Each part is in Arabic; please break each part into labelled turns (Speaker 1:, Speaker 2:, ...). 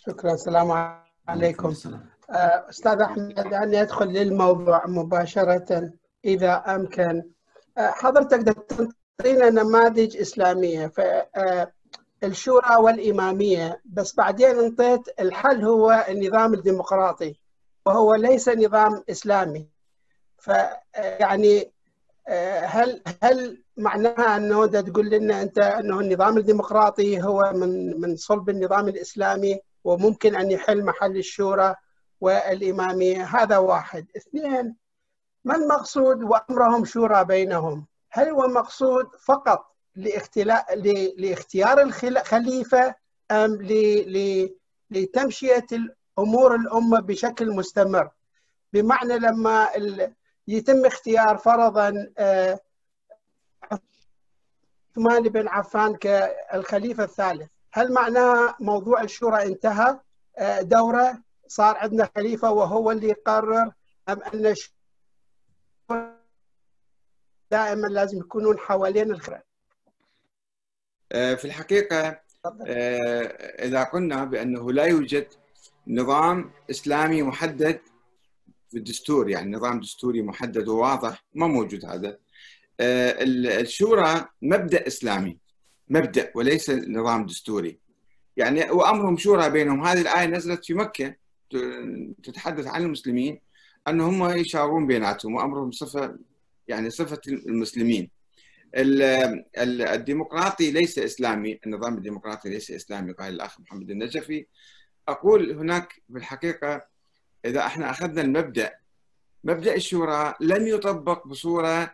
Speaker 1: شكرا. السلام
Speaker 2: عليكم
Speaker 1: عليكم.
Speaker 2: السلام.
Speaker 1: أستاذ أحمد، دعني أدخل للموضوع مباشرة إذا أمكن. حضرتك تعطينا نماذج إسلامية فالشورى والإمامية، بس بعدين انطيت الحل هو النظام الديمقراطي وهو ليس نظام إسلامي. فيعني هل معناها أنه أنت تقول لنا أنت أنه النظام الديمقراطي هو من صلب النظام الإسلامي وممكن أن يحل محل الشورى والإمامية؟ هذا واحد. اثنين، ما المقصود وأمرهم شورى بينهم؟ هل هو مقصود فقط لاختيار الخليفة أم لتمشية الأمور الأمة بشكل مستمر؟ بمعنى لما يتم اختيار فرضا عثمان بن عفان كالخليفة الثالث، هل معناها موضوع الشورى انتهى دوره، صار عندنا خليفة وهو اللي يقرر، أم أن الشورى دائما لازم يكونون حوالين الخليفة؟
Speaker 3: في الحقيقة إذا قلنا بأنه لا يوجد نظام إسلامي محدد في الدستور، يعني نظام دستوري محدد وواضح، ما موجود هذا. الشورى مبدأ إسلامي، مبدأ وليس نظام دستوري. يعني وأمرهم شورى بينهم، هذه الآية نزلت في مكة تتحدث عن المسلمين أن هم يشاورون بيناتهم وأمرهم صفة، يعني صفة المسلمين. الديمقراطي ليس إسلامي، النظام الديمقراطي ليس إسلامي، قال الأخ محمد النجفي. أقول هناك في الحقيقة إذا احنا أخذنا مبدأ الشورى لم يطبق بصورة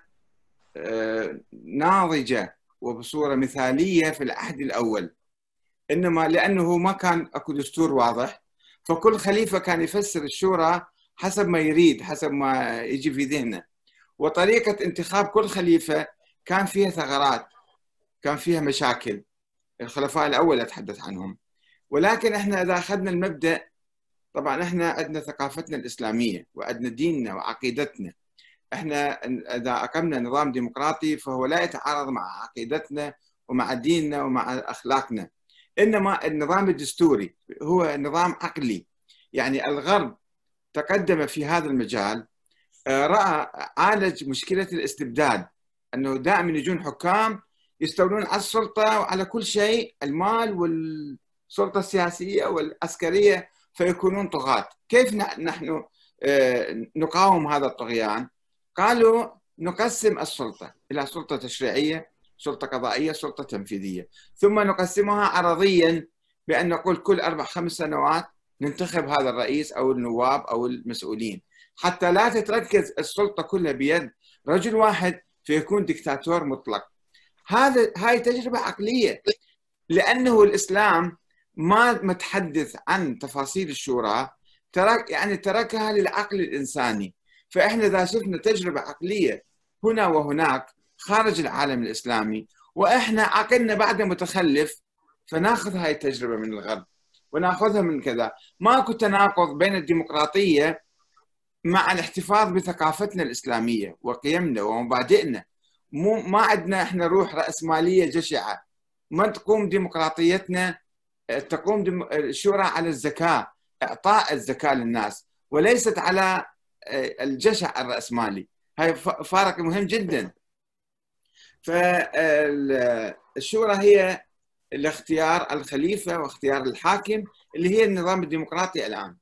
Speaker 3: ناضجة وبصورة مثالية في العهد الأول، إنما لأنه ما كان أكو دستور واضح، فكل خليفة كان يفسر الشورى حسب ما يريد، حسب ما يجي في ذهنه. وطريقة انتخاب كل خليفة كان فيها ثغرات، كان فيها مشاكل. الخلفاء الأول أتحدث عنهم. ولكن احنا إذا أخذنا المبدأ، طبعا احنا عندنا ثقافتنا الإسلامية وعندنا ديننا وعقيدتنا. احنا إذا أقمنا نظام ديمقراطي فهو لا يتعارض مع عقيدتنا ومع ديننا ومع أخلاقنا. إنما النظام الدستوري هو نظام عقلي. يعني الغرب تقدم في هذا المجال، رأى عالج مشكلة الاستبداد، أنه دائما يجون حكام يستولون على السلطة وعلى كل شيء، المال والسلطة السياسية والعسكرية، فيكونون طغاة. كيف نحن نقاوم هذا الطغيان؟ قالوا نقسم السلطة إلى سلطة تشريعية، سلطة قضائية، سلطة تنفيذية، ثم نقسمها عرضيا بأن نقول كل 4-5 سنوات ننتخب هذا الرئيس أو النواب أو المسؤولين، حتى لا تتركز السلطة كلها بيد رجل واحد فيكون دكتاتور مطلق. هاي تجربة عقلية، لأنه الإسلام ما متحدث عن تفاصيل الشورى، تركها للعقل الإنساني. فإحنا إذا شفنا تجربة عقلية هنا وهناك خارج العالم الإسلامي وإحنا عقلنا بعد متخلف، فناخذ هاي التجربة من الغرب وناخذها من كذا. ماكو تناقض بين الديمقراطية مع الاحتفاظ بثقافتنا الإسلامية وقيمنا ومبادئنا. ما عندنا إحنا روح رأسمالية جشعة. ما تقوم ديمقراطيتنا، تقوم الشورى على الزكاة، إعطاء الزكاة للناس، وليست على الجشع الرأسمالي. هاي فارق مهم جدا. فالشورى هي الاختيار الخليفة واختيار الحاكم، اللي هي النظام الديمقراطي الآن.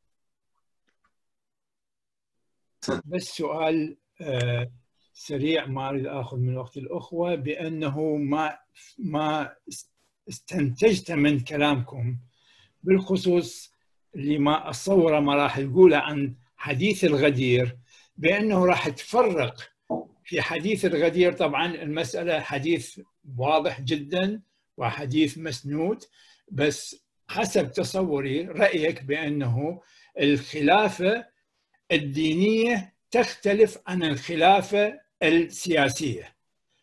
Speaker 4: بس سؤال سريع، ما أريد أخذ من وقت الأخوة، بأنه ما استنتجت من كلامكم بالخصوص اللي ما أتصوره ما راح تقوله عن حديث الغدير، بأنه راح تفرق في حديث الغدير. طبعا المسألة حديث واضح جدا وحديث مسنود، بس حسب تصوري رأيك بأنه الخلافة الدينية تختلف عن الخلافة السياسية،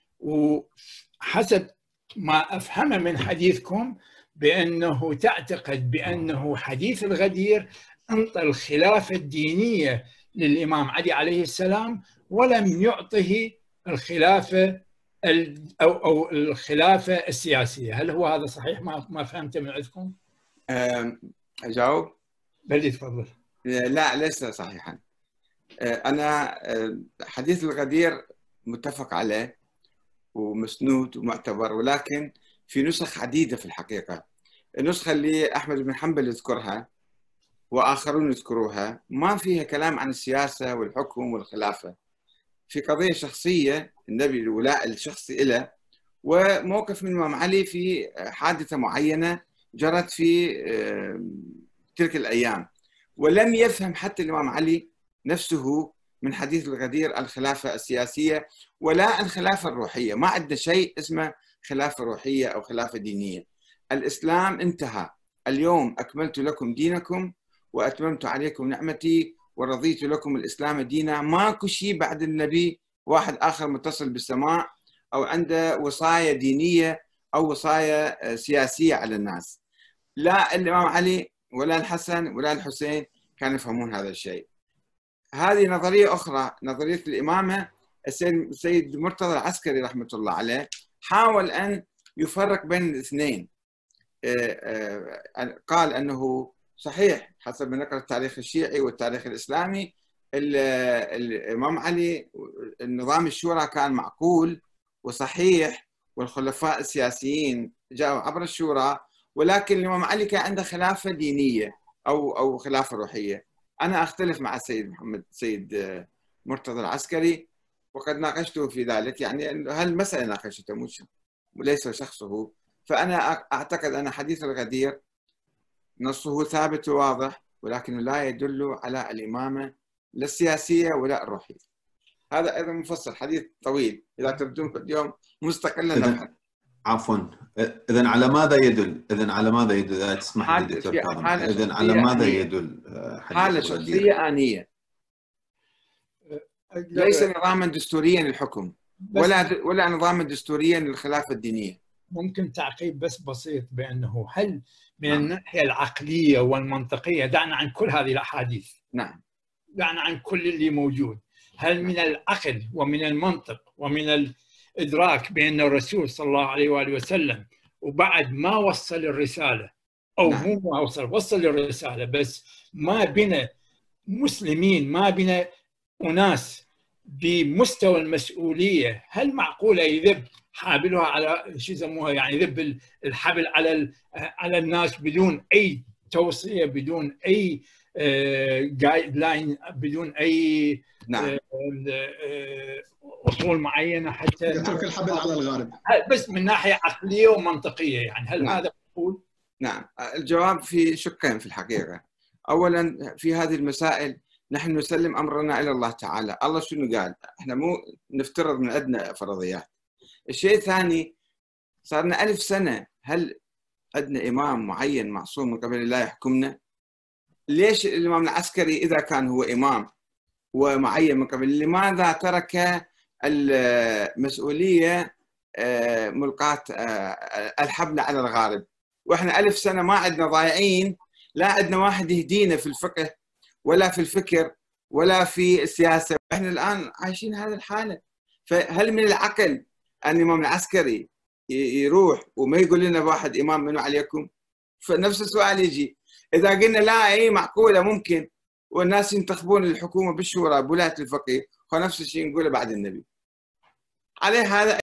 Speaker 4: وحسب ما أفهمه من حديثكم بأنه تعتقد بأنه حديث الغدير أنطى الخلافة الدينية للإمام علي عليه السلام ولم يعطه الخلافة أو الخلافة السياسية. هل هو هذا صحيح؟ ما فهمت من عندكم؟
Speaker 3: أجاوب؟
Speaker 4: بلي تفضل.
Speaker 3: لا ليس صحيحا. أنا حديث الغدير متفق عليه ومسنود ومعتبر، ولكن في نسخ عديدة في الحقيقة. النسخة اللي أحمد بن حنبل يذكرها وآخرون يذكروها ما فيها كلام عن السياسة والحكم والخلافة، في قضية شخصية النبي الولاء الشخصي له، وموقف من الإمام علي في حادثة معينة جرت في تلك الأيام. ولم يفهم حتى الإمام علي نفسه من حديث الغدير الخلافة السياسية ولا الخلافة الروحية. ما عندنا شيء اسمه خلافة روحية أو خلافة دينية. الإسلام انتهى، اليوم أكملت لكم دينكم وأتممت عليكم نعمتي ورضيت لكم الإسلام دينا. ماكو شيء بعد النبي واحد آخر متصل بالسماء أو عنده وصاية دينية أو وصاية سياسية على الناس. لا الإمام علي ولا الحسن ولا الحسين كانوا يفهمون هذا الشيء. هذه نظرية أخرى، نظرية الإمامة. السيد مرتضى العسكري رحمة الله عليه حاول أن يفرق بين الاثنين. قال أنه صحيح حسب نقل التاريخ الشيعي والتاريخ الإسلامي الإمام علي النظام الشورى كان معقول وصحيح، والخلفاء السياسيين جاءوا عبر الشورى، ولكن الإمام علي كان عنده خلافة دينية أو خلافة روحية. أنا أختلف مع السيد مرتضى العسكري، وقد ناقشته في ذلك، يعني هالمسألة ناقشته مش وليس شخصه. فأنا أعتقد أن حديث الغدير نصه ثابت وواضح، ولكنه لا يدل على الإمامة لا السياسية ولا الروحية. هذا أيضا مفصل، حديث طويل، إذا تبدون اليوم مستقلا نبحث.
Speaker 2: عفوا، إذن على ماذا يدل؟ إذا تسمح لي دكتور كاظم، إذن على ماذا يدل
Speaker 3: حالة شخصية آنية، ليس نظاما دستوريا للحكم ولا نظاما دستوريا للخلافة الدينية.
Speaker 4: ممكن تعقيب بس بسيط بأنه هل من الناحية العقلية والمنطقية، دعنا عن كل هذه الأحاديث،
Speaker 3: نعم،
Speaker 4: دعنا عن كل اللي موجود، هل من العقل ومن المنطق ومن الإدراك بأن الرسول صلى الله عليه وآله وسلم وبعد ما وصل الرسالة أو مو ما وصل الرسالة، بس ما بنا مسلمين، ما بنا أناس بمستوى المسؤولية، هل معقولة يذب حابلها على شو يسموها، يعني يذب الحبل على الناس بدون أي توصية، بدون أي جايد لاين، بدون أي أصول معينة حتى
Speaker 5: يترك الحبل على الغارب،
Speaker 4: بس من ناحية عقلية ومنطقية؟ يعني هل هذا معقول؟
Speaker 3: نعم، الجواب في شقين في الحقيقة. أولا في هذه المسائل نحن نسلم أمرنا إلى الله تعالى. الله شنو قال؟ إحنا مو نفترض من عندنا فرضيات. الشيء الثاني، صار لنا 1000 سنة، هل عندنا إمام معين معصوم من قبل الله يحكمنا؟ ليش الإمام العسكري إذا كان هو إمام ومعين من قبل، لماذا ترك المسؤولية ملقاة الحبل على الغارب؟ وإحنا 1000 سنة ما عندنا ضايعين، لا عندنا واحد يهدينا في الفقه ولا في الفكر ولا في السياسة، احنا الآن عايشين هذه الحالة. فهل من العقل أن الإمام العسكري يروح وما يقول لنا واحد إمام منو عليكم؟ فنفس السؤال يجي، إذا قلنا لا أي معقولة ممكن والناس ينتخبون الحكومة بالشورى بولاية الفقيه، ونفس الشيء نقوله بعد النبي عليه هذا.